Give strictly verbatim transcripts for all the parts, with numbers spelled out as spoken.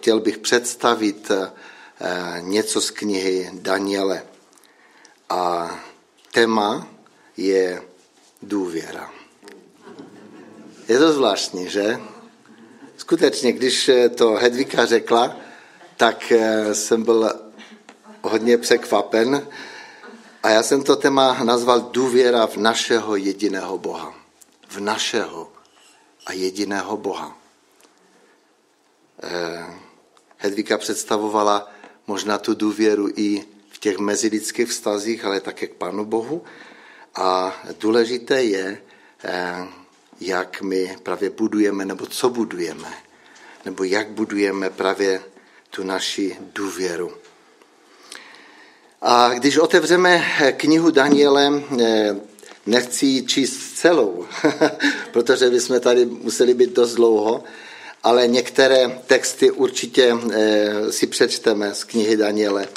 chtěl bych představit něco z knihy Daniele. A téma je důvěra. Je to zvláštní, že? Skutečně, když to Hedvika řekla, tak jsem byl hodně překvapen a já jsem to téma nazval důvěra v našeho jediného Boha. V našeho a jediného Boha. Hedvika představovala možná tu důvěru i v těch mezilidských vztazích, ale také k Pánu Bohu. A důležité je, jak my právě budujeme, nebo co budujeme, nebo jak budujeme právě tu naši důvěru. A když otevřeme knihu Daniele, nechci ji číst celou, protože bychom tady museli být dost dlouho, ale některé texty určitě si přečteme z knihy Daniele.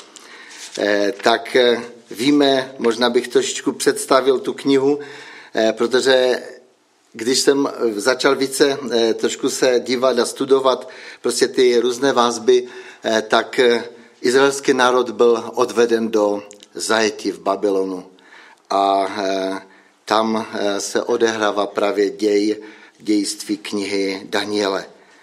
Tak víme, možná bych trošičku představil tu knihu, protože když jsem začal více trošku se dívat a studovat prostě ty různé vazby, tak izraelský národ byl odveden do zajetí v Babylonu. A tam se odehrává právě děj, dějství knihy Daniele.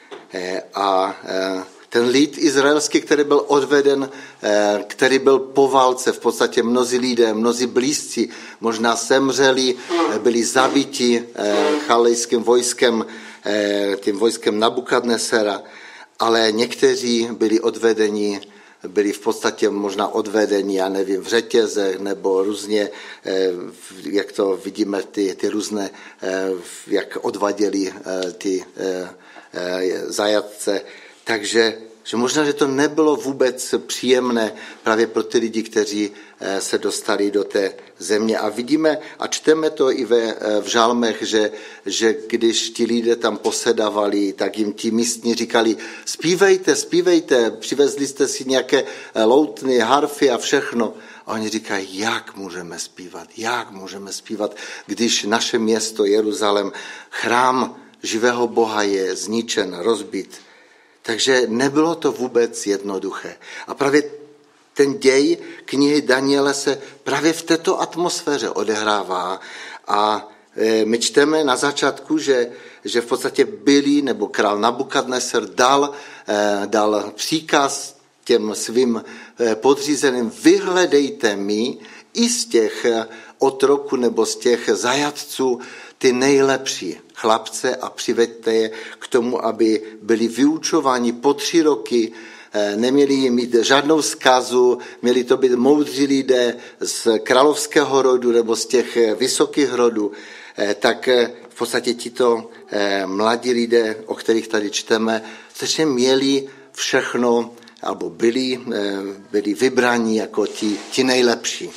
A ten lid izraelský, který byl odveden, který byl po válce, v podstatě mnozí lidé, mnozí blízcí, možná semřeli, byli zabiti chalejským vojskem, tím vojskem Nabukadnesera, ale někteří byli odvedeni, byli v podstatě možná odvedeni, já nevím, v řetězech nebo různě, jak to vidíme, ty, ty různé, jak odvaděli ty zajatce. Takže že možná, že to nebylo vůbec příjemné právě pro ty lidi, kteří se dostali do té země. A vidíme a čteme to i ve, v žalmech, že, že když ti lidé tam posedávali, tak jim ti místní říkali, zpívejte, zpívejte, přivezli jste si nějaké loutny, harfy a všechno. A oni říkají, jak můžeme zpívat, jak můžeme zpívat, když naše město Jeruzalém, chrám živého Boha je zničen, rozbit. Takže nebylo to vůbec jednoduché. A právě ten děj knihy Daniele se právě v této atmosféře odehrává. A my čteme na začátku, že, že v podstatě byli, nebo král Nabukadneser dal, dal příkaz těm svým podřízeným, vyhledejte mi i z těch otroků nebo z těch zajatců ty nejlepší chlapce a přiveďte je k tomu, aby byli vyučováni po tři roky, neměli mít žádnou zkazu, měli to být moudří lidé z královského rodu nebo z těch vysokých rodů, tak v podstatě tito mladí lidé, o kterých tady čteme, skutečně měli všechno, alebo byli, byli vybraní jako ti, ti nejlepší.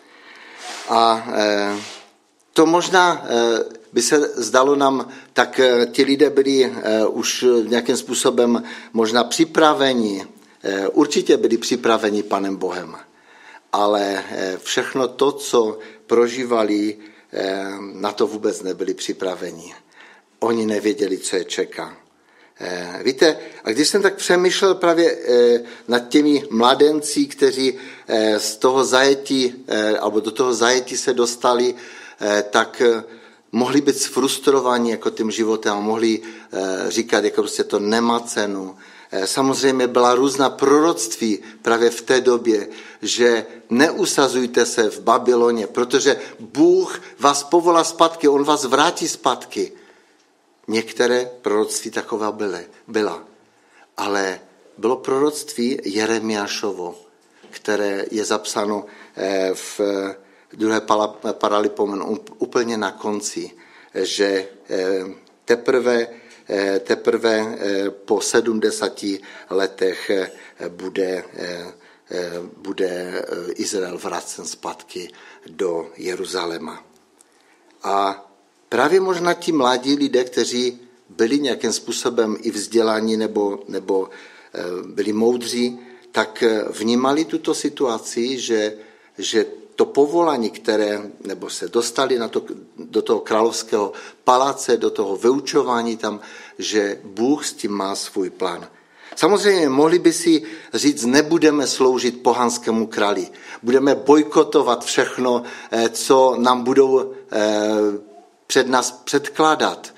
A to možná by se zdalo nám, tak ti lidé byli už nějakým způsobem možná připraveni, určitě byli připraveni Panem Bohem, ale všechno to, co prožívali, na to vůbec nebyli připraveni. Oni nevěděli, co je čeká. Víte, a když jsem tak přemýšlel právě nad těmi mladenci, kteří z toho zajetí, alebo do toho zajetí se dostali, tak mohli být sfrustrovaní jako tím životem a mohli říkat, jako prostě to nemá cenu. Samozřejmě byla různá proroctví právě v té době, že neusazujte se v Babyloně, protože Bůh vás povolá zpátky, on vás vrátí zpátky. Některé proroctví taková byly, byla, ale bylo proroctví Jeremiášovo, které je zapsáno v druhé Paralipomen úplně na konci, že teprve, teprve po sedmdesáti letech bude, bude Izrael vracen zpátky do Jeruzaléma. A právě možná ti mladí lidé, kteří byli nějakým způsobem i vzdělaní nebo, nebo byli moudří, tak vnímali tuto situaci, že, že to povolání, které, nebo se dostali na to, do toho královského paláce, do toho vyučování tam, že Bůh s tím má svůj plán. Samozřejmě mohli by si říct, nebudeme sloužit pohanskému králi. Budeme bojkotovat všechno, co nám budou před nás předkládat.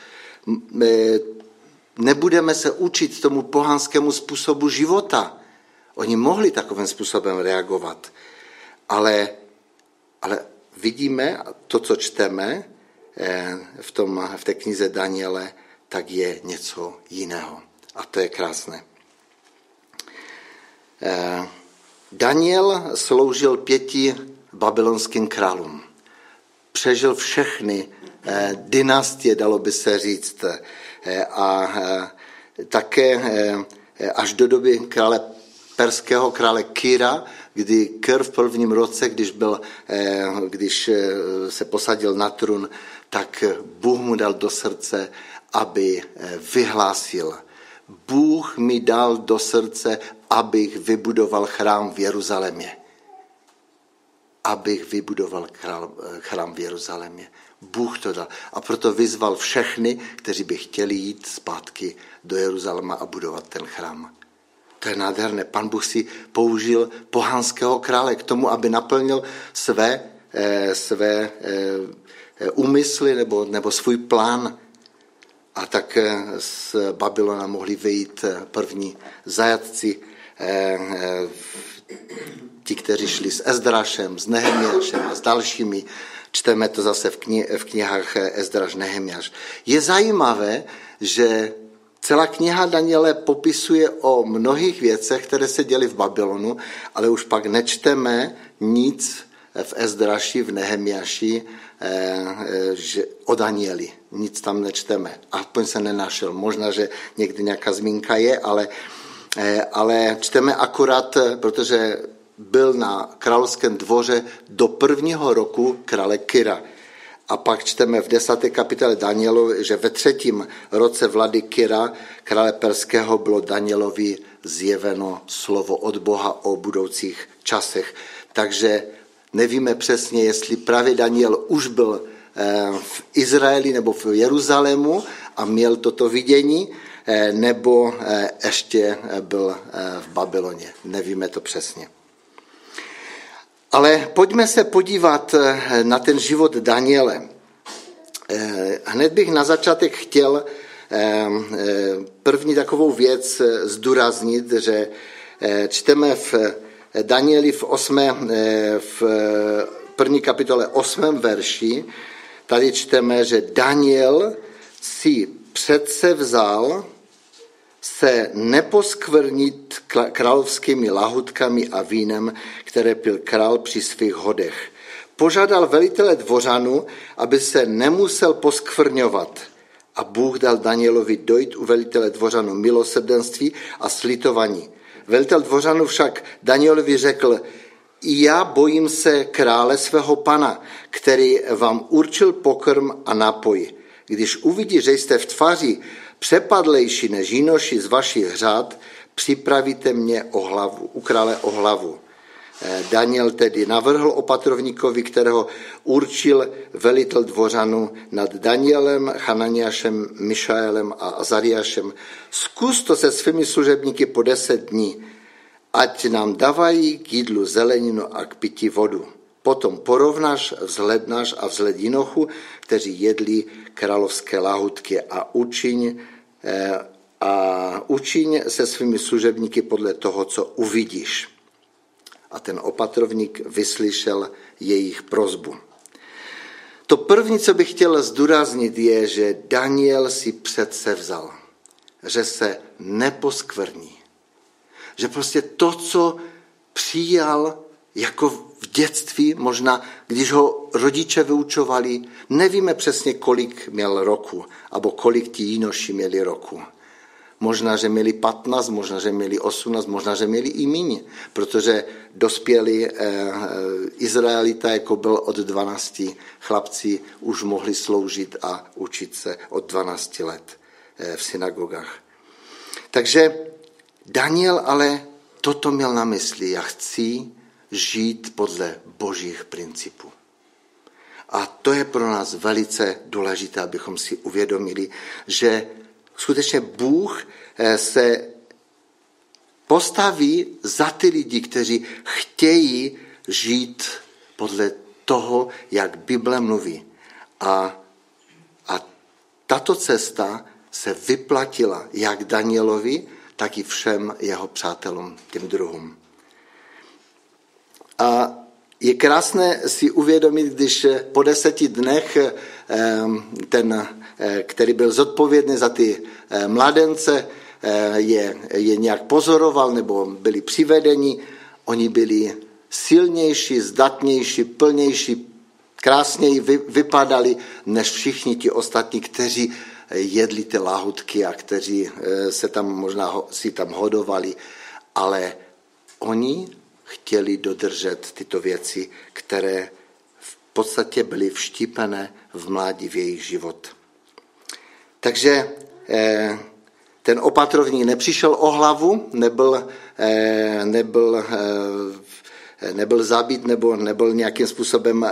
Nebudeme se učit tomu pohanskému způsobu života. Oni mohli takovým způsobem reagovat. Ale, ale vidíme, to, co čteme v, tom, v té knize Daniele, tak je něco jiného. A to je krásné. Daniel sloužil pěti babylonským králům. Přežil všechny dynastie, dalo by se říct. A také až do doby krále perského krále Kyra, kdy Kyr v prvním roce, když, byl, když se posadil na trůn, tak Bůh mu dal do srdce, aby vyhlásil. Bůh mi dal do srdce, abych vybudoval chrám v Jeruzalémě. Abych vybudoval chrám v Jeruzalémě. Bůh to dal. A proto vyzval všechny, kteří by chtěli jít zpátky do Jeruzaléma a budovat ten chrám. To je nádherné. Pan Bůh si použil pohanského krále k tomu, aby naplnil své, eh, své eh, úmysly nebo, nebo svůj plán. A tak z Babylona mohli vyjít první zajatci, eh, eh, ti, kteří šli s Ezdrašem, s Nehemiášem a s dalšími. Čteme to zase v, kni- v knihách Ezdraš, Nehemiáš. Je zajímavé, že celá kniha Daniele popisuje o mnohých věcech, které se děly v Babylonu, ale už pak nečteme nic v Ezdraši, v Nehemiáši eh, o Danieli. Nic tam nečteme. Aspoň se nenašel. Možná, že někdy nějaká zmínka je, ale, eh, ale čteme akorát, protože byl na královském dvoře do prvního roku krále Kyra. A pak čteme v desáté kapitole Danielu, že ve třetím roce vlády Kyra, krále perského, bylo Danielovi zjeveno slovo od Boha o budoucích časech. Takže nevíme přesně, jestli právě Daniel už byl v Izraeli nebo v Jeruzalému a měl toto vidění, nebo ještě byl v Babyloně. Nevíme to přesně. Ale pojďme se podívat na ten život Daniele. Hned bych na začátek chtěl první takovou věc zdůraznit, že čteme v Danieli v, osmé, v první kapitole osmém verši, tady čteme, že Daniel si přece vzal se neposkvrnit královskými lahutkami a vínem, které pil král při svých hodech. Požádal velitele dvořanů, aby se nemusel poskvrňovat. A Bůh dal Danielovi dojít u velitele dvořanů milosrdenství a slitovaní. Velitel dvořanů však Danielovi řekl, i já bojím se krále svého pana, který vám určil pokrm a nápoj. Když uvidí, že jste v tváři přepadlejší než jinoši z vašich řád, připravíte mě o hlavu, u krále o hlavu. Daniel tedy navrhl opatrovníkovi, kterého určil velitel dvořanů nad Danielem, Hananiášem, Mišaelem a Azariášem. Zkus to se svými služebníky po deset dní, ať nám dávají k jídlu zeleninu a k pití vodu. Potom porovnáš, vzhlednáš a vzhled jinochu, kteří jedli královské lahutky a učiň, a učiň se svými služebníky podle toho, co uvidíš. A ten opatrovník vyslyšel jejich prosbu. To první, co bych chtěl zdůraznit, je, že Daniel si přece vzal, že se neposkvrní. Že prostě to, co přijal jako v dětství, možná když ho rodiče vyučovali, nevíme přesně, kolik měl roku, nebo kolik ti jinoši měli roku. Možná, že měli patnáct, možná, že měli osmnáct, možná, že měli i míň, protože dospělí eh, Izraelita, jako byl od dvanácti chlapci, už mohli sloužit a učit se od dvanácti let eh, v synagogách. Takže Daniel ale toto měl na mysli. Já chci žít podle božích principů. A to je pro nás velice důležité, abychom si uvědomili, že skutečně Bůh se postaví za ty lidi, kteří chtějí žít podle toho, jak Bible mluví. A, a tato cesta se vyplatila jak Danielovi, tak i všem jeho přátelům, těm druhům. A je krásné si uvědomit, když po deseti dnech ten, který byl zodpovědný za ty mladence, je, je nějak pozoroval nebo byli přivedeni, oni byli silnější, zdatnější, plnější, krásněji vypadali než všichni ti ostatní, kteří jedli ty lahůdky a kteří se tam možná si tam hodovali, ale oni chtěli dodržet tyto věci, které v podstatě byly vštípené v mládí v jejich život. Takže ten opatrovník nepřišel o hlavu, nebyl, nebyl, nebyl zabít nebo nebyl nějakým způsobem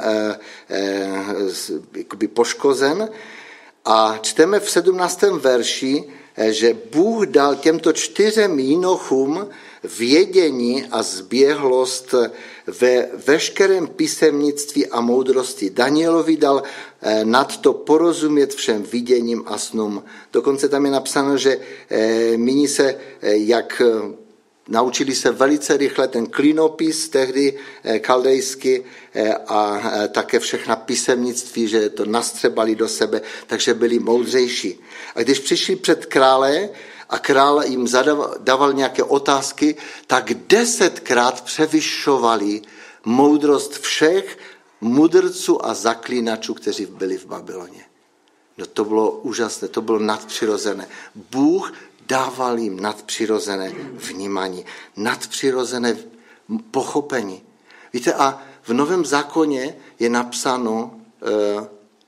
jakoby poškozen. A čteme v sedmnáctém verši, že Bůh dal těmto čtyřem jinochům vědění a zběhlost ve veškerém písemnictví a moudrosti. Danielovi dal nadto porozumět všem viděním a snům. Dokonce tam je napsáno, že míní se, jak naučili se velice rychle ten klinopis tehdy kaldejsky a také všechna písemnictví, že to nastřebali do sebe, takže byli moudřejší. A když přišli před krále a král jim zadával, dával nějaké otázky, tak desetkrát převyšovali moudrost všech mudrců a zaklínačů, kteří byli v Babyloně. No to bylo úžasné, to bylo nadpřirozené. Bůh dával jim nadpřirozené vnímání, nadpřirozené pochopení. Víte, a v Novém zákoně je napsáno, uh,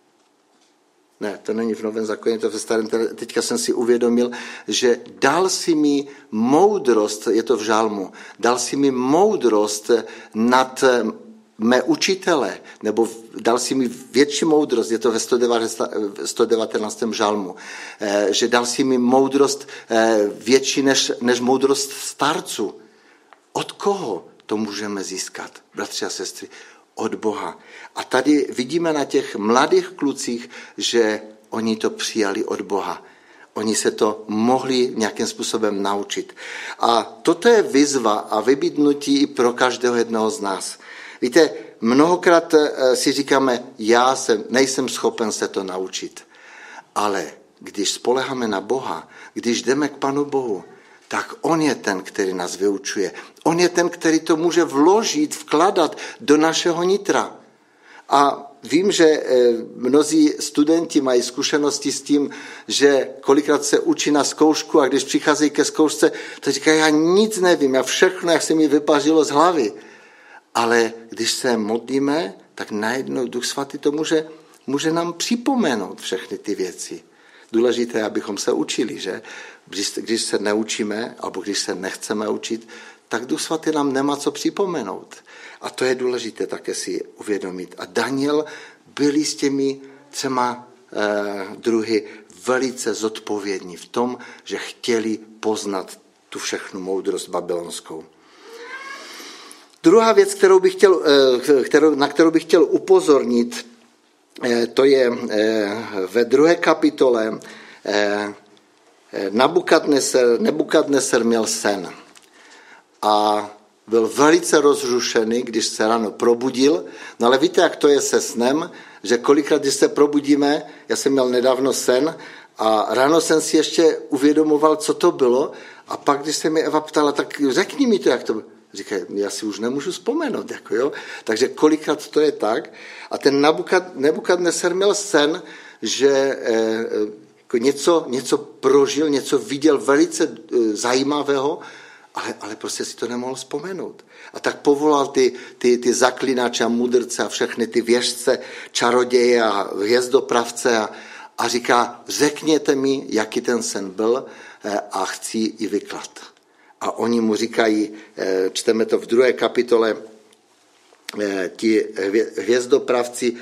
ne, to není v Novém zákoně, to v Starém, teďka jsem si uvědomil, že dal si mi moudrost, je to v žalmu, dal si mi moudrost nad mé učitele, nebo dal si mi větší moudrost, je to ve sto devatenáctém žalmu, že dal si mi moudrost větší než, než moudrost starců. Od koho to můžeme získat, bratři a sestry? Od Boha. A tady vidíme na těch mladých klucích, že oni to přijali od Boha. Oni se to mohli nějakým způsobem naučit. A toto je výzva a vybídnutí i pro každého jednoho z nás. Víte, mnohokrát si říkáme, já jsem, nejsem schopen se to naučit. Ale když spoléháme na Boha, když jdeme k Panu Bohu, tak on je ten, který nás vyučuje. On je ten, který to může vložit, vkladat do našeho nitra. A vím, že mnozí studenti mají zkušenosti s tím, že kolikrát se učí na zkoušku a když přicházejí ke zkoušce, to říkají, já nic nevím, já všechno, jak se mi vypařilo z hlavy. Ale když se modlíme, tak najednou Duch Svatý to může, může nám připomenout všechny ty věci. Důležité, abychom se učili, že? Když, když se neučíme, nebo když se nechceme učit, tak Duch Svatý nám nemá co připomenout. A to je důležité také si uvědomit. A Daniel byli s těmi třema eh, druhy velice zodpovědní v tom, že chtěli poznat tu všechnu moudrost babylonskou. Druhá věc, kterou bych chtěl, eh, kterou, na kterou bych chtěl upozornit, eh, to je eh, ve druhé kapitole eh, Nabukadneser, Nebukadneser měl sen a byl velice rozrušený, když se ráno probudil. No ale víte, jak to je se snem, že kolikrát, když se probudíme, já jsem měl nedávno sen a ráno jsem si ještě uvědomoval, co to bylo a pak, když se mi Eva ptala, tak řekni mi to, jak to bylo. Říkají, já si už nemůžu vzpomenout. Jako jo. Takže kolikrát to je tak. A ten Nebukadneser měl sen, že eh, něco, něco prožil, něco viděl velice eh, zajímavého, ale, ale prostě si to nemohl vzpomenout. A tak povolal ty, ty, ty zaklinače a mudrce a všechny ty věžce, čaroděje a hvězdopravce a, a říká, řekněte mi, jaký ten sen byl eh, a chci i vyklad. A oni mu říkají, čteme to v druhé kapitole, ti hvězdopravci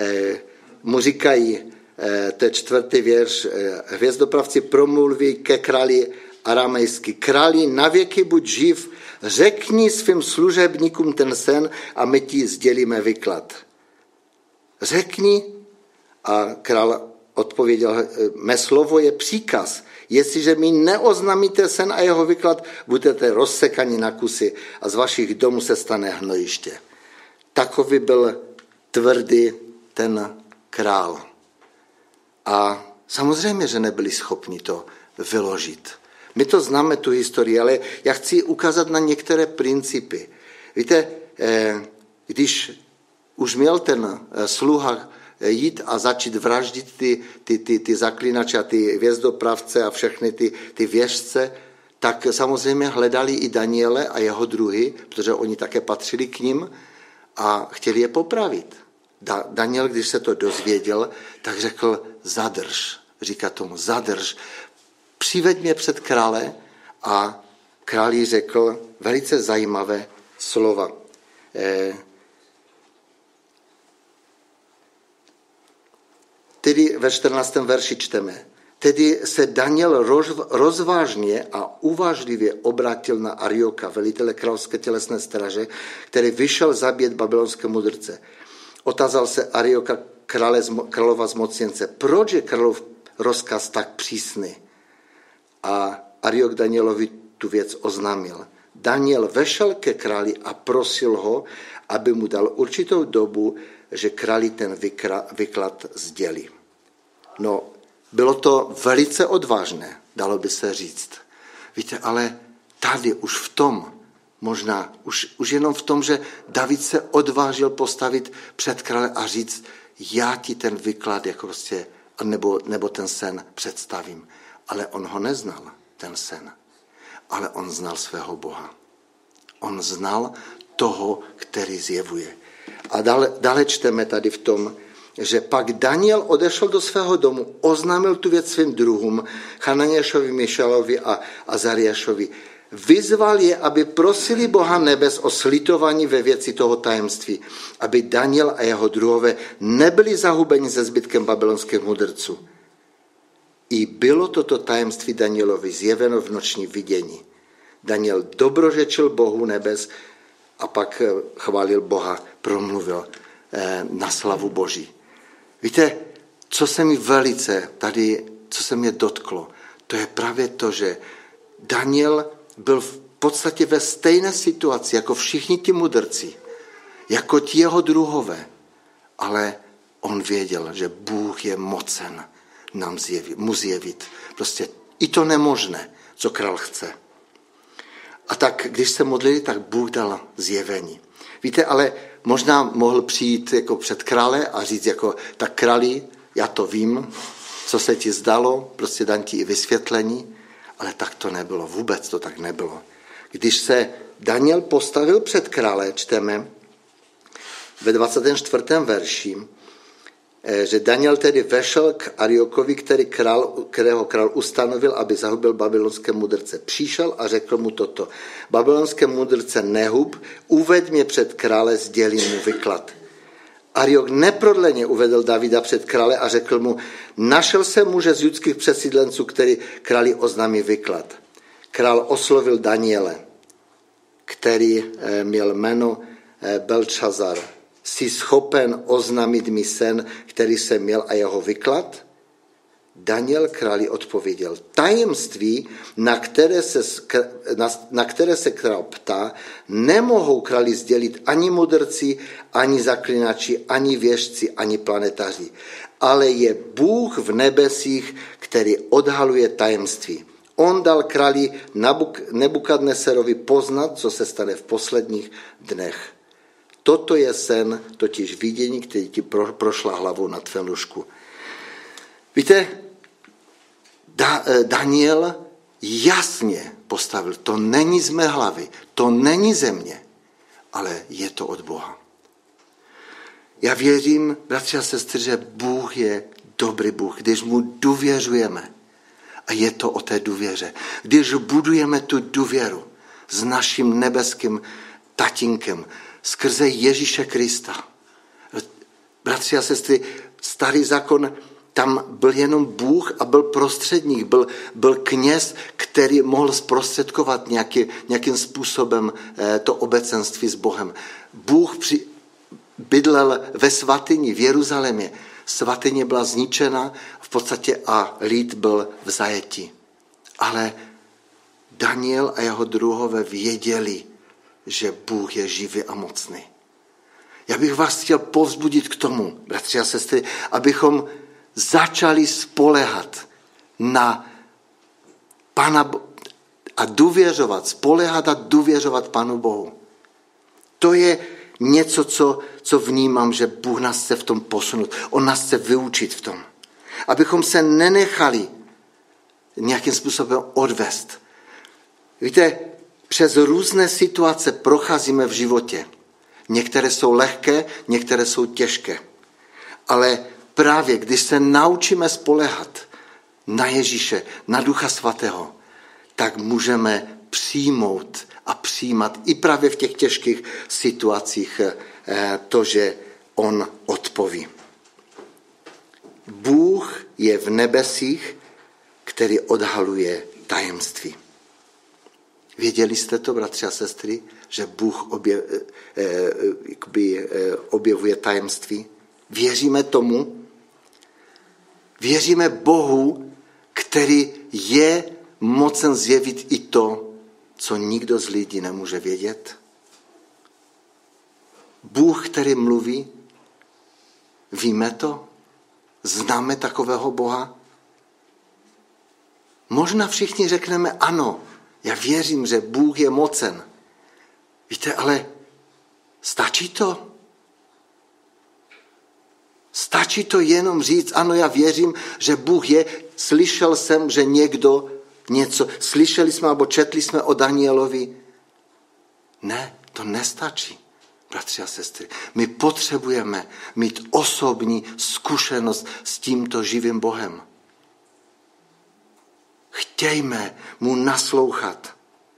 mu říkají, to je čtvrtý věř, hvězdopravci promluví ke králi aramejsky, králi, navěky buď živ, řekni svým služebníkům ten sen a my ti sdělíme vyklad. Řekni, a král odpověděl, mé slovo je příkaz. Jestliže mi neoznámíte sen a jeho vyklad, budete rozsekani na kusy a z vašich domů se stane hnojiště. Takový byl tvrdý ten král. A samozřejmě, že nebyli schopni to vyložit. My to známe, tu historii, ale já chci ukázat na některé principy. Víte, když už měl ten sluha jít a začít vraždit ty, ty, ty, ty zaklínače a ty hvězdopravce a všechny ty, ty věžce, tak samozřejmě hledali i Daniele a jeho druhy, protože oni také patřili k ním a chtěli je popravit. Da, Daniel, když se to dozvěděl, tak řekl zadrž, říká tomu zadrž, přiveď mě před krále a král jí řekl velice zajímavé slova. Eh, Tedy ve čtrnáctém verši čteme. Tedy se Daniel rozvážně a uvážlivě obrátil na Arioka, velitele královské tělesné straže, který vyšel zabít babylonské mudrce. Otázal se Arioka, krále, králova zmocněnce, proč je králův rozkaz tak přísný? A Ariok Danielovi tu věc oznámil. Daniel vešel ke králi a prosil ho, aby mu dal určitou dobu, že králi ten vyklad sdělí. No, bylo to velice odvážné, dalo by se říct. Víte, ale tady už v tom, možná už, už jenom v tom, že David se odvážil postavit před krále a říct, já ti ten vyklad jako prostě, nebo, nebo ten sen představím. Ale on ho neznal, ten sen. Ale on znal svého Boha. On znal toho, který zjevuje. A dále, dále čteme tady v tom, že pak Daniel odešel do svého domu, oznámil tu věc svým druhům, Chananěšovi, Mišalovi a Azariášovi. Vyzval je, aby prosili Boha nebes o slitování ve věci toho tajemství, aby Daniel a jeho druhové nebyli zahubeni se zbytkem babylonských mudrců. I bylo toto tajemství Danielovi zjeveno v noční vidění. Daniel dobrořečil Bohu nebes a pak chválil Boha, promluvil na slavu Boží. Víte, co se mi velice tady, co se mě dotklo, to je právě to, že Daniel byl v podstatě ve stejné situaci jako všichni ti mudrci, jako ti jeho druhové, ale on věděl, že Bůh je mocen nám zjevit, mu zjevit. Prostě i to nemožné, co král chce. A tak, když se modlili, tak Bůh dal zjevení. Víte, ale možná mohl přijít jako před krále a říct jako, tak králi, já to vím, co se ti zdalo, prostě dám ti i vysvětlení, ale tak to nebylo, vůbec to tak nebylo. Když se Daniel postavil před krále, čteme ve dvacátém čtvrtém verši, že Daniel tedy vešel k Ariokovi, který král, kterého král ustanovil, aby zahubil babylonské mudrce. Přišel a řekl mu toto. Babylonské mudrce nehub, uveď mě před krále, sdělí mu vyklad. Ariok neprodleně uvedl Davida před krále a řekl mu, našel se muže z judských přesídlenců, který králi oznámí vyklad. Král oslovil Daniele, který měl jméno Beltšazar. Jsi schopen oznámit mi sen, který jsem měl a jeho vyklad? Daniel králi odpověděl, tajemství, na které se, na, na které se král ptá, nemohou králi sdělit ani mudrci, ani zaklinači, ani věžci, ani planetaři, ale je Bůh v nebesích, který odhaluje tajemství. On dal králi Nebukadneserovi poznat, co se stane v posledních dnech. Toto je sen, totiž vidění, který ti prošla hlavou na tvém lůžku. Víte, da, Daniel jasně postavil, to není z mé hlavy, to není ze mě, ale je to od Boha. Já věřím, bratři a sestry, že Bůh je dobrý Bůh, když mu důvěřujeme. A je to o té důvěře. Když budujeme tu důvěru s naším nebeským tatínkem, skrze Ježíše Krista. Bratři a sestry, starý zákon tam byl jenom Bůh a byl prostředník, byl, byl kněz, který mohl zprostředkovat nějaký, nějakým způsobem to obecenství s Bohem. Bůh při, bydlel ve svatyni v Jeruzalémě. Svatyně byla zničena v podstatě a lid byl v zajetí. Ale Daniel a jeho druhové věděli, že Bůh je živý a mocný. Já bych vás chtěl povzbudit k tomu, bratři a sestry, abychom začali spoléhat na Pana a důvěřovat, spoléhat a důvěřovat Panu Bohu. To je něco, co, co vnímám, že Bůh nás chce v tom posunout. On nás chce vyučit v tom. Abychom se nenechali nějakým způsobem odvést. Víte, přes různé situace procházíme v životě. Některé jsou lehké, některé jsou těžké. Ale právě když se naučíme spoléhat na Ježíše, na Ducha Svatého, tak můžeme přijmout a přijímat i právě v těch těžkých situacích to, že on odpoví. Bůh je v nebesích, který odhaluje tajemství. Věděli jste to, bratři a sestry, že Bůh objev, objevuje tajemství? Věříme tomu? Věříme Bohu, který je mocen zjevit i to, co nikdo z lidí nemůže vědět? Bůh, který mluví, víme to? Známe takového Boha? Možná všichni řekneme ano, já věřím, že Bůh je mocen. Víte, ale stačí to? Stačí to jenom říct, ano, já věřím, že Bůh je. Slyšel jsem, že někdo něco, slyšeli jsme, nebo četli jsme o Danielovi. Ne, to nestačí, bratři a sestry. My potřebujeme mít osobní zkušenost s tímto živým Bohem. Chtějme mu naslouchat.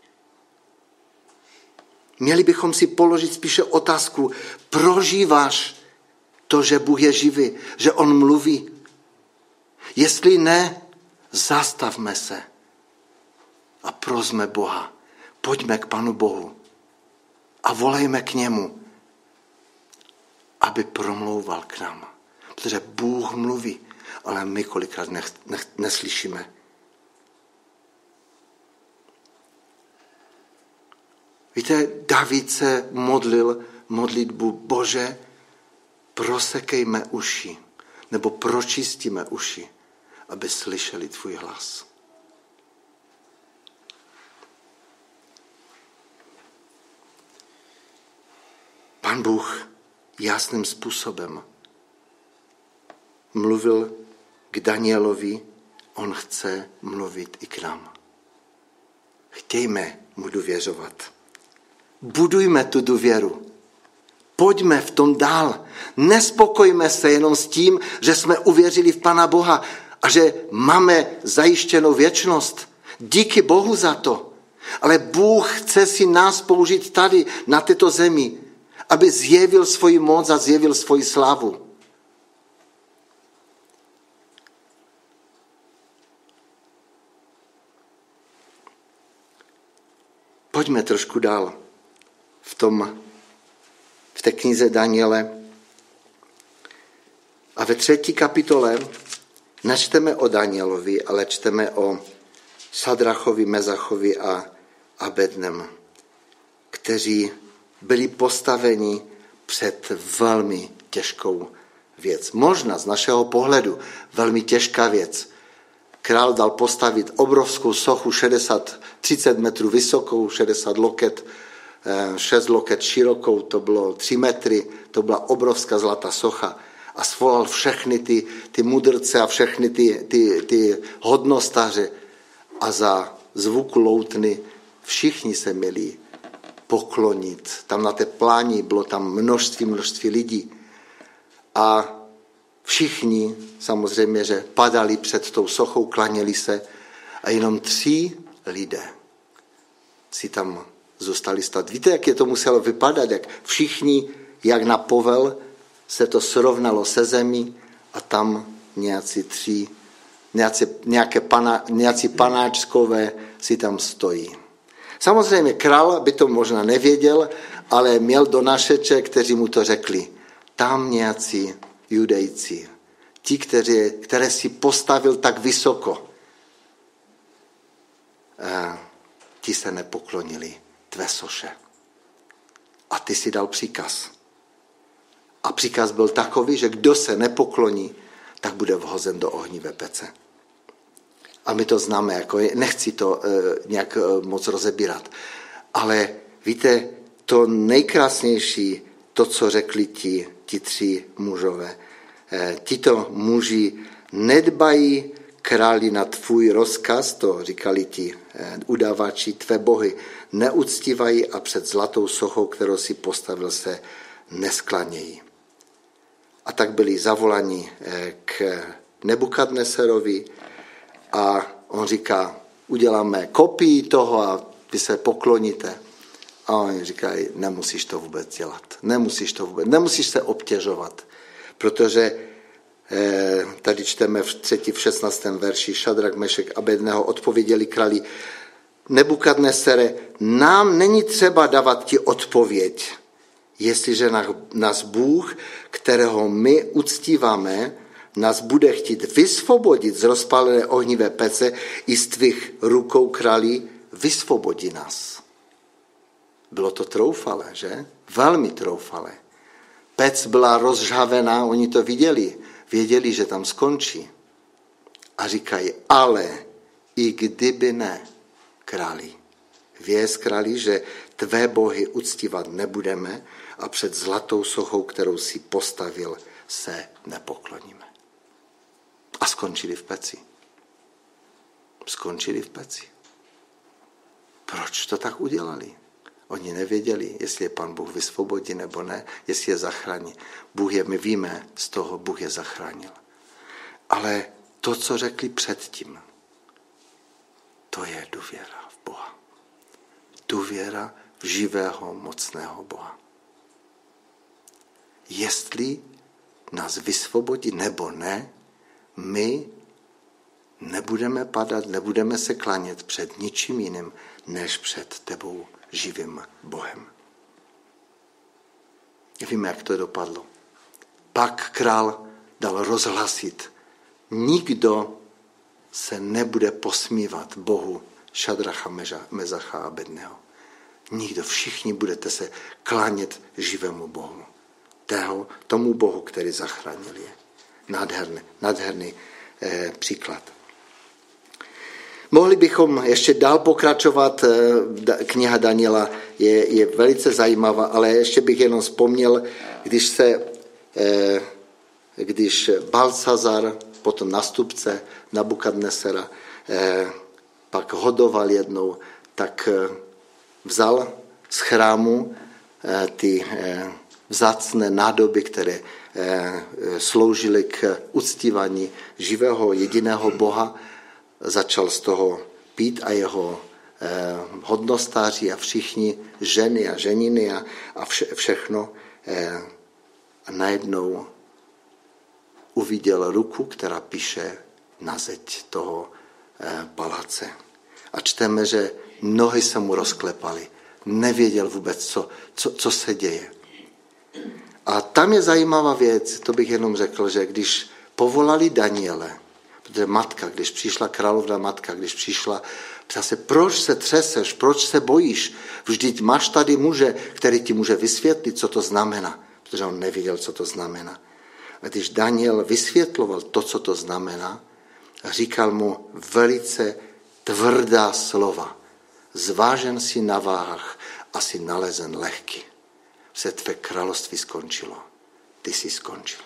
Měli bychom si položit spíše otázku, prožíváš to, že Bůh je živý, že on mluví? Jestli ne, zastavme se a prosme Boha. Pojďme k Panu Bohu a volejme k němu, aby promlouval k nám. Protože Bůh mluví, ale my kolikrát nech, nech, neslyšíme. Víte, David se modlil modlitbu, Bože, prosekejme uši, nebo pročistíme uši, aby slyšeli tvůj hlas. Pan Bůh jasným způsobem mluvil k Danielovi, on chce mluvit i k nám. Chtějme mu důvěřovat. Budujme tu důvěru. Pojďme v tom dál. Nespokojme se jenom s tím, že jsme uvěřili v Pana Boha a že máme zajištěnou věčnost. Díky Bohu za to. Ale Bůh chce si nás použít tady, na této zemi, aby zjevil svoji moc a zjevil svoji slávu. Pojďme trošku dál v tom, v té knize Daniele. A ve třetí kapitole nečteme o Danielovi, ale čteme o Šadrachovi, Mezachovi a Abednem, kteří byli postaveni před velmi těžkou věc. Možná z našeho pohledu velmi těžká věc. Král dal postavit obrovskou sochu šedesát, třicet metrů vysokou, šedesát loket, šest loket širokou, to bylo tři metry, to byla obrovská zlatá socha. A svolal všechny ty, ty mudrce a všechny ty, ty, ty hodnostáře. A za zvuku loutny všichni se měli poklonit. Tam na té pláni bylo tam množství, množství lidí. A všichni samozřejmě, že padali před tou sochou, klaněli se a jenom tři lidé si tam zůstali stát. Víte, jak je to muselo vypadat, jak všichni, jak na povel, se to srovnalo se zemí a tam nějací tři, nějací, nějaké pana, nějací panáčkové si tam stojí. Samozřejmě král by to možná nevěděl, ale měl donašeče, kteří mu to řekli. Tam nějací judejci, ti, kteří, které si postavil tak vysoko, ti se nepoklonili tvé soše. A ty si dal příkaz. A příkaz byl takový, že kdo se nepokloní, tak bude vhozen do ohnivé pece. A my to známe, jako nechci to nějak moc rozebírat. Ale víte, to nejkrásnější, to, co řekli ti, ti tři mužové. Tito muži nedbají králi na tvůj rozkaz, to říkali ti udávači, tvé bohy neuctívají a před zlatou sochou, kterou si postavil, se nesklanějí. A tak byli zavolani k Nebukadneserovi a on říká, uděláme kopii toho a vy se pokloníte. A oni říkají, nemusíš to vůbec dělat, nemusíš to vůbec, nemusíš se obtěžovat, protože tady čteme v třetí, v šestnáctém verši, Šadrak, Mešek, Abednego odpověděli králi, Nebukadnesere, nám není třeba dávat ti odpověď, jestliže nás Bůh, kterého my uctíváme, nás bude chtít vysvobodit z rozpálené ohnivé pece i z tvých rukou králi, vysvobodí nás. Bylo to troufalé, že? Velmi troufalé. Pec byla rozžhavená, oni to viděli, věděli, že tam skončí. A říkají, ale i kdyby ne, králi. Věz, králi, že tvé bohy uctívat nebudeme a před zlatou sochou, kterou si postavil, se nepokloníme. A skončili v peci. Skončili v peci. Proč to tak udělali? Oni nevěděli, jestli je Pan Bůh vysvobodí nebo ne, jestli je zachrání. Bůh je, my víme, z toho Bůh je zachránil. Ale to, co řekli předtím, to je důvěra v Boha. Důvěra v živého, mocného Boha. Jestli nás vysvobodí nebo ne, my nebudeme padat, nebudeme se klanět před ničím jiným, než před tebou, živým Bohem. Víme, jak to dopadlo. Pak král dal rozhlasit. Nikdo se nebude posmívat Bohu Šadracha, Mezacha a Abednego. Nikdo, všichni budete se klánět živému Bohu. Tého, tomu Bohu, který zachránil je. Nádherný, nádherný eh, příklad. Mohli bychom ještě dál pokračovat, kniha Daniela je, je velice zajímavá, ale ještě bych jenom vzpomněl, když se, když Balcazar, potom nástupce Nabukadnesera, pak hodoval jednou, tak vzal z chrámu ty vzácné nádoby, které sloužily k uctívání živého jediného Boha, začal z toho pít a jeho eh, hodnostáři a všichni ženy a ženiny a, a vše, všechno. Eh, a najednou uviděl ruku, která píše na zeď toho eh, paláce. A čteme, že nohy se mu rozklepaly. Nevěděl vůbec, co, co, co se děje. A tam je zajímavá věc, to bych jenom řekl, že když povolali Daniele, protože matka, když přišla královna matka, když přišla, ptá se, proč se třeseš, proč se bojíš? Vždyť máš tady muže, který ti může vysvětlit, co to znamená, protože on nevěděl, co to znamená. A když Daniel vysvětloval to, co to znamená, říkal mu velice tvrdá slova. Zvážen si na váhách a si nalezen lehký. Se tvé království skončilo. Ty jsi skončil.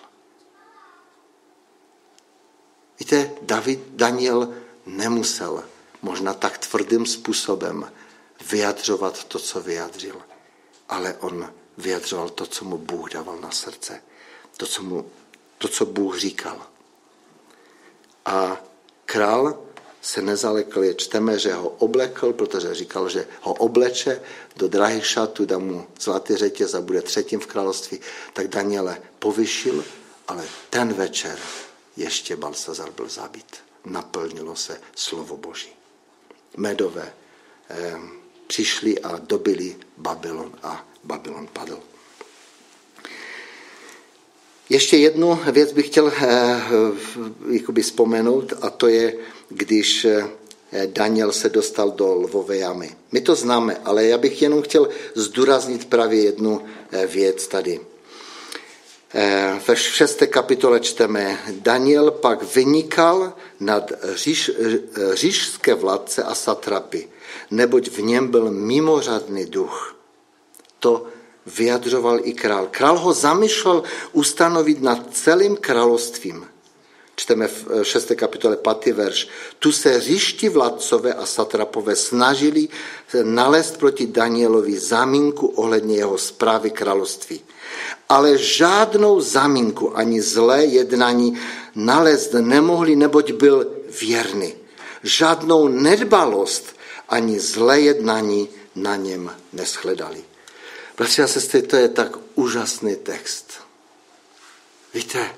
Víte, David, Daniel nemusel možná tak tvrdým způsobem vyjadřovat to, co vyjadřil, ale on vyjadřoval to, co mu Bůh dával na srdce, to, co, mu, to, co Bůh říkal. A král se nezalekl, je čteme, že ho oblekl, protože říkal, že ho obleče do drahých šatů, dá mu zlatý řetěz a bude třetím v království, tak Daniele povyšil, ale ten večer ještě Balsazar byl zabit. Naplnilo se slovo Boží. Médové eh, přišli a dobili Babylon a Babylon padl. Ještě jednu věc bych chtěl eh, jakoby vzpomenout, a to je, když eh, Daniel se dostal do lvové jamy. My to známe, ale já bych jenom chtěl zdůraznit právě jednu eh, věc tady. Eh, ve šesté kapitole čteme, Daniel pak vynikal nad říš, říšské vládce a satrapy, neboť v něm byl mimořádný duch. To vyjadřoval i král. Král ho zamýšlel ustanovit nad celým královstvím. Čteme v šesté kapitole pátý verš. Tu se říšti vládcové a satrapové snažili nalézt proti Danielovi záminku ohledně jeho správy království. Ale žádnou záminku ani zlé jednání nalézt nemohli, neboť byl věrný. Žádnou nedbalost ani zlé jednání na něm neschledali. Bratři a sestry, to je tak úžasný text. Víte,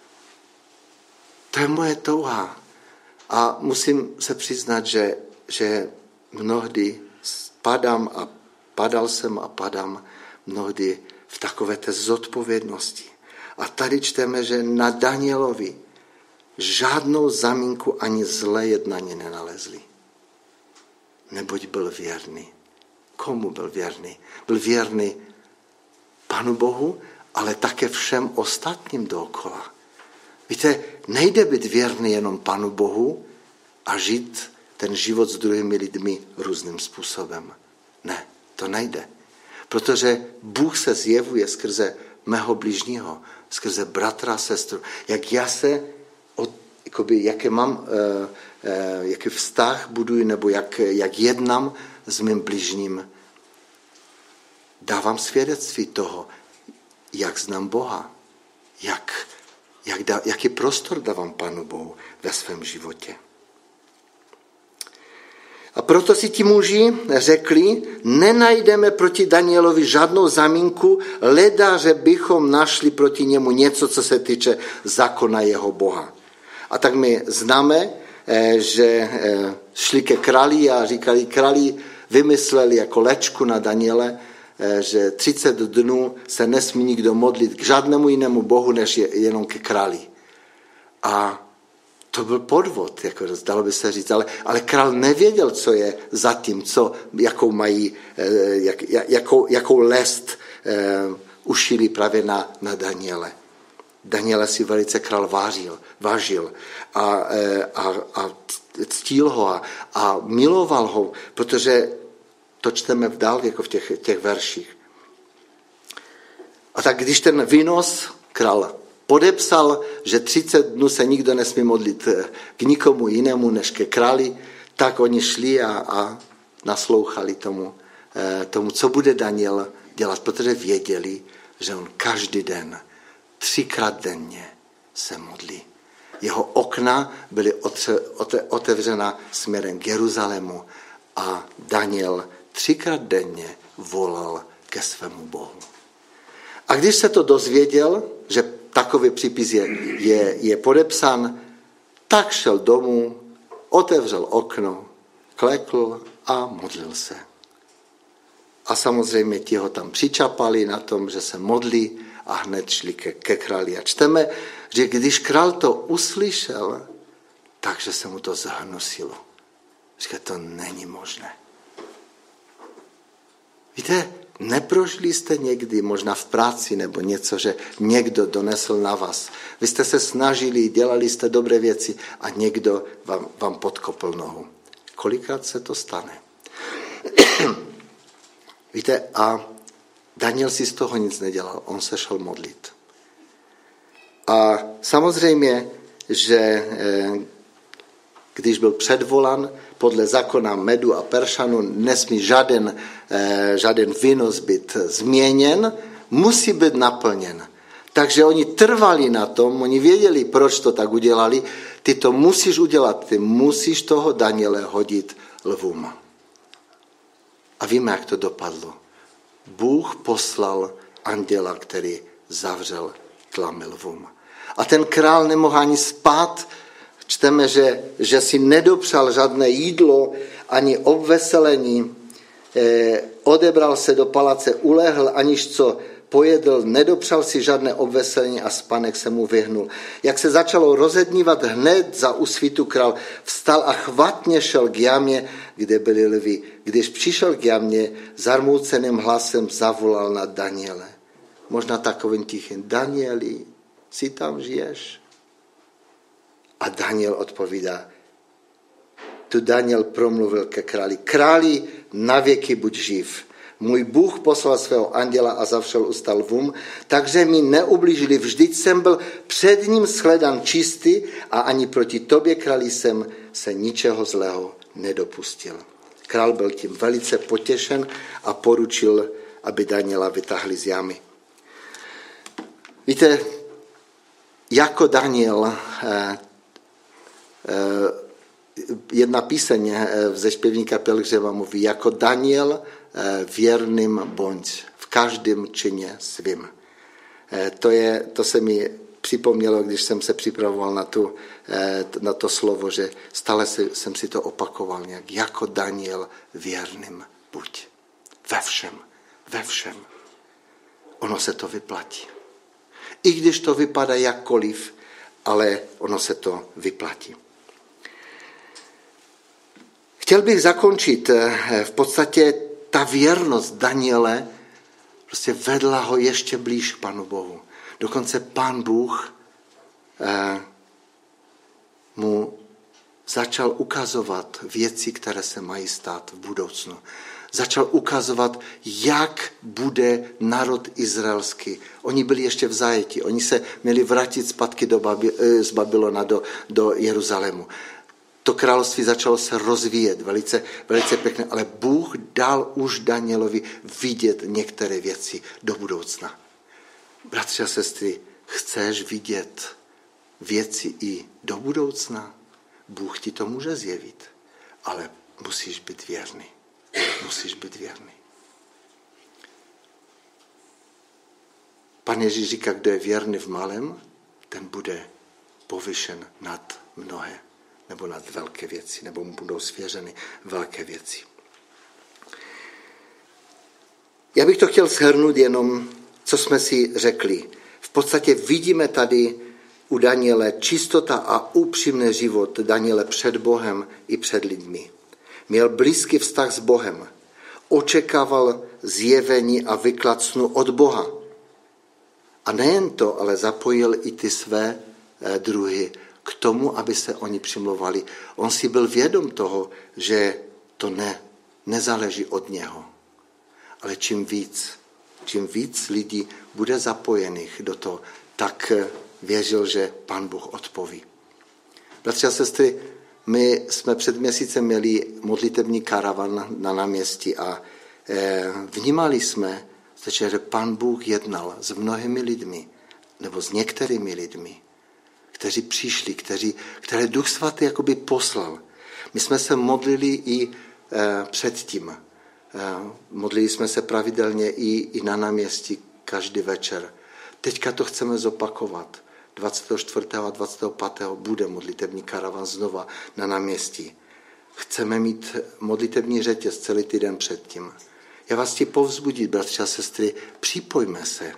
to je moje touha. A musím se přiznat, že, že mnohdy padám a padal jsem a padám mnohdy v takové té zodpovědnosti. A tady čteme, že na Danielovi žádnou zamínku ani zlé jednání nenalezli. Neboť byl věrný. Komu byl věrný? Byl věrný Panu Bohu, ale také všem ostatním dookola. Víte, nejde být věrný jenom Panu Bohu a žít ten život s druhými lidmi různým způsobem. Ne, to nejde. Protože Bůh se zjevuje skrze mého bližního, skrze bratra a sestru. Jak já se, od, jakoby, jaké mám, eh, eh, jaký vztah buduji, nebo jak, jak jednám s mým bližním. Dávám svědectví toho, jak znám Boha, jak, jak dá, jaký prostor dávám Panu Bohu ve svém životě. A proto si ti muži řekli, nenajdeme proti Danielovi žádnou zamínku, leda, že bychom našli proti němu něco, co se týče zákona jeho Boha. A tak my známe, že šli ke králi a říkali, králi vymysleli jako léčku na Daniele, že třicet dnů se nesmí nikdo modlit k žádnému jinému bohu, než je jenom ke králi. A to byl podvod, jako dalo by se říct, ale, ale král nevěděl, co je za tím, co, jakou mají, jak, jakou, jakou lest eh, ušili právě na, na Daniele. Daniele si velice král vážil, vážil a, a, a ctil ho a, a miloval ho, protože to čteme v dál, jako v těch, těch verších. A tak když ten výnos král podepsal, že třicet dnů se nikdo nesmí modlit k nikomu jinému než ke králi, tak oni šli a, a naslouchali tomu, tomu, co bude Daniel dělat, protože věděli, že on každý den, třikrát denně se modlí. Jeho okna byly otevřena směrem k Jeruzalému a Daniel třikrát denně volal ke svému Bohu. A když se to dozvěděl, že takový přípis je, je, je podepsán, tak šel domů, otevřel okno, klekl a modlil se. A samozřejmě ti ho tam přičapali na tom, že se modlí a hned šli ke, ke králi. A čteme, že když král to uslyšel, takže se mu to zahnusilo. Říká, to není možné. Víte, neprožili jste někdy, možná v práci nebo něco, že někdo donesl na vás. Vy jste se snažili, dělali jste dobré věci a někdo vám, vám podkopl nohu. Kolikrát se to stane? Víte, a Daniel si z toho nic nedělal, on se šel modlit. A samozřejmě, že když byl předvolan podle zákona Medu a Peršanu, nesmí žádný, žádný výnos být změněn, musí být naplněn. Takže oni trvali na tom, oni věděli, proč to tak udělali, ty to musíš udělat, ty musíš toho Daniele hodit lvům. A víme, jak to dopadlo. Bůh poslal anděla, který zavřel tlamy lvům. A ten král nemohl ani spát. Čteme, že, že si nedopřál žádné jídlo, ani obveselení. Eh, odebral se do palace, ulehl, aniž co pojedl, nedopřál si žádné obveselení a spánek se mu vyhnul. Jak se začalo rozednívat hned za úsvitu, král vstal a chvatně šel k jamě, kde byly lvi. Když přišel k jamě, zarmouceným hlasem zavolal na Daniele. Možná takovým tichým: Danieli, si tam žiješ? A Daniel odpovídá. Tu Daniel promluvil ke králi: Králi, navěky buď živ. Můj Bůh poslal svého anděla a zavřel ústa lvům, takže mi neublížili. Vždyť jsem byl před ním shledan čistý a ani proti tobě, králi, jsem se ničeho zlého nedopustil. Král byl tím velice potěšen a poručil, aby Daniela vytáhli z jamy. Víte, jako Daniel, eh, eh, jedna píseň ze zpěvníka Pilgřima mluví: jako Daniel věrným buď v každém čině svým. To, je, to se mi připomnělo, když jsem se připravoval na, tu, na to slovo, že stále jsem si to opakoval nějak. Jako Daniel věrným buď. Ve všem, ve všem. Ono se to vyplatí. I když to vypadá jakkoliv, ale ono se to vyplatí. Chtěl bych zakončit v podstatě ta věrnost Daniele prostě vedla ho ještě blíž k Pánu Bohu. Dokonce Pán Bůh eh, mu začal ukazovat věci, které se mají stát v budoucnu. Začal ukazovat, jak bude národ izraelský. Oni byli ještě v zajetí, oni se měli vrátit zpátky do Babi, z Babylona do, do Jeruzalému. To království začalo se rozvíjet velice, velice pěkně, ale Bůh dal už Danielovi vidět některé věci do budoucna. Bratři a sestry, chceš vidět věci i do budoucna? Bůh ti to může zjevit, ale musíš být věrný. Musíš být věrný. Pan Ježíš říká, kdo je věrný v malém, ten bude povyšen nad mnohé, nebo nad velké věci, nebo mu budou svěřeny velké věci. Já bych to chtěl shrnout jenom, co jsme si řekli. V podstatě vidíme tady u Daniele čistota a upřímný život Daniele před Bohem i před lidmi. Měl blízký vztah s Bohem. Očekával zjevení a výklad snu od Boha. A nejen to, ale zapojil i ty své druhy k tomu, aby se oni přimlouvali. On si byl vědom toho, že to ne, nezáleží od něho. Ale čím víc, čím víc lidí bude zapojených do toho, tak věřil, že Pán Bůh odpoví. Bratři a sestry, my jsme před měsícem měli modlitební karavan na náměstí a vnímali jsme, že Pán Bůh jednal s mnohými lidmi, nebo s některými lidmi, kteří přišli, kteří, které Duch Svatý jakoby poslal. My jsme se modlili i e, předtím. E, modlili jsme se pravidelně i, i na náměstí každý večer. Teďka to chceme zopakovat. dvacátého čtvrtého a dvacátého pátého bude modlitební karavan znova na náměstí. Chceme mít modlitební řetěz celý týden předtím. Já vás chci povzbudit, bratři a sestry, připojme se.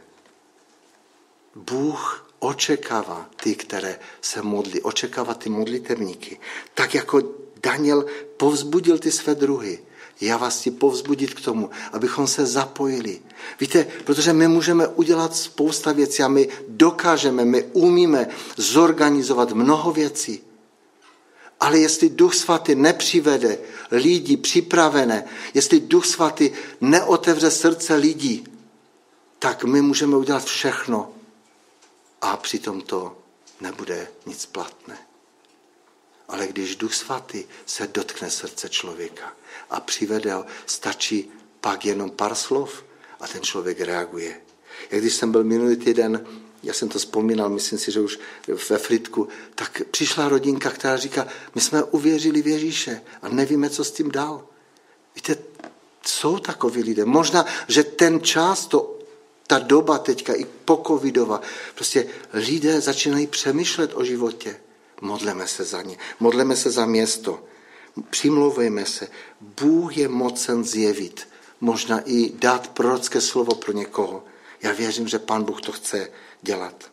Bůh očekává ty, které se modlí, očekává ty modlitebníky. Tak jako Daniel povzbudil ty své druhy. Já vás chci povzbudit k tomu, abychom se zapojili. Víte, protože my můžeme udělat spousta věcí a my dokážeme, my umíme zorganizovat mnoho věcí. Ale jestli Duch Svatý nepřivede lidi připravené, jestli Duch Svatý neotevře srdce lidí, tak my můžeme udělat všechno a přitom to nebude nic platné. Ale když Duch Svatý se dotkne srdce člověka a přivede ho, stačí pak jenom pár slov a ten člověk reaguje. Jak když jsem byl minulý týden, já jsem to vzpomínal, myslím si, že už ve Frýdku, tak přišla rodinka, která říká, my jsme uvěřili v Ježíše a nevíme, co s tím dál. Víte, jsou takoví lidé. Možná, že ten čas to Ta doba teďka i pocovidová, prostě lidé začínají přemýšlet o životě. Modleme se za ně, modleme se za město, přimlouvejme se. Bůh je mocen zjevit, možná i dát prorocké slovo pro někoho. Já věřím, že Pán Bůh to chce dělat.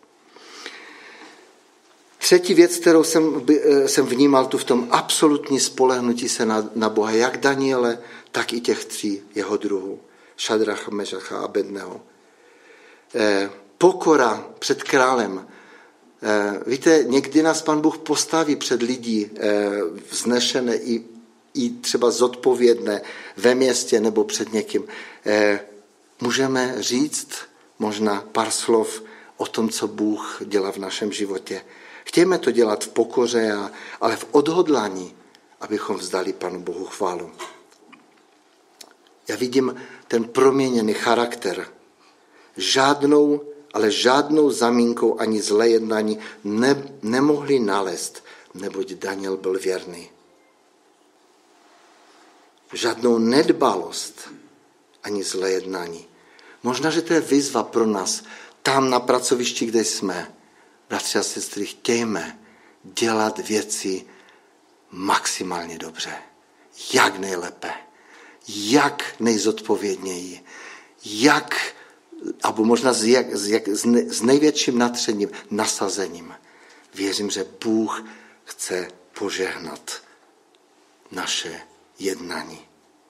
Třetí věc, kterou jsem, jsem vnímal tu v tom absolutní spolehnutí se na, na Boha, jak Daniele, tak i těch tří jeho druhů, Šadracha, Mešacha a Abedného. Eh, pokora před králem. Eh, víte, někdy nás Pán Bůh postaví před lidi eh, vznešené i, i třeba zodpovědné ve městě nebo před někým. Eh, můžeme říct možná pár slov o tom, co Bůh dělá v našem životě. Chtějme to dělat v pokoře, ale v odhodlání, abychom vzdali Panu Bohu chválu. Já vidím ten proměněný charakter. Žádnou, ale žádnou zamínkou ani zlé jednání ne, nemohli nalézt, neboť Daniel byl věrný. Žádnou nedbalost ani zlé jednání. Možná, že to je výzva pro nás tam na pracovišti, kde jsme. Bratři a sestry, chtějme dělat věci maximálně dobře. Jak nejlépe. Jak nejzodpovědněji. Jak, nebo možná s, jak, s, jak, s, ne, s největším natřením, nasazením. Věřím, že Bůh chce požehnat naše jednání.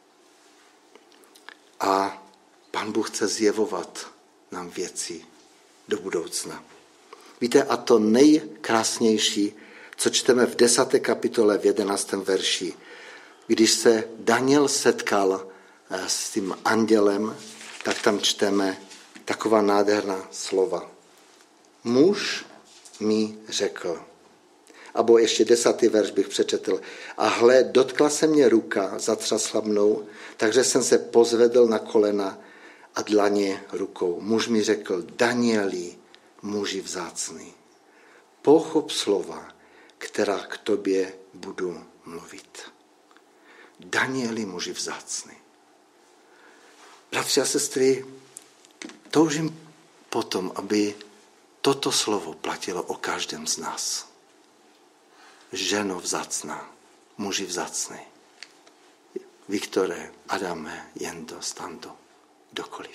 A Pán Bůh chce zjevovat nám věci do budoucna. Víte, a to nejkrásnější, co čteme v desáté kapitole v jedenáctém verši, když se Daniel setkal s tím andělem, tak tam čteme taková nádherná slova. Muž mi řekl, abo ještě desátý verš bych přečetl, a hle, dotkla se mě ruka, zatřasla mnou, takže jsem se pozvedl na kolena a dlaně rukou. Muž mi řekl, Danieli, muži vzácný, pochop slova, která k tobě budu mluvit. Danieli, muži vzácný. Bratři a sestry, toužím potom, aby toto slovo platilo o každém z nás. Ženo vzácná, muži vzácný. Viktore, Adame, Jendo, Stando, kdokoliv.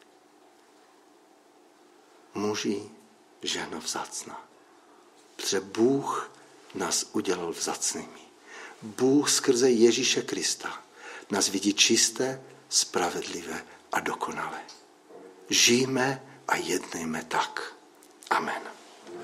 Muži, ženo vzácná. Protože Bůh nás udělal vzácnými. Bůh skrze Ježíše Krista nás vidí čisté, spravedlivé a dokonalé. Žijme a jednejme tak. Amen.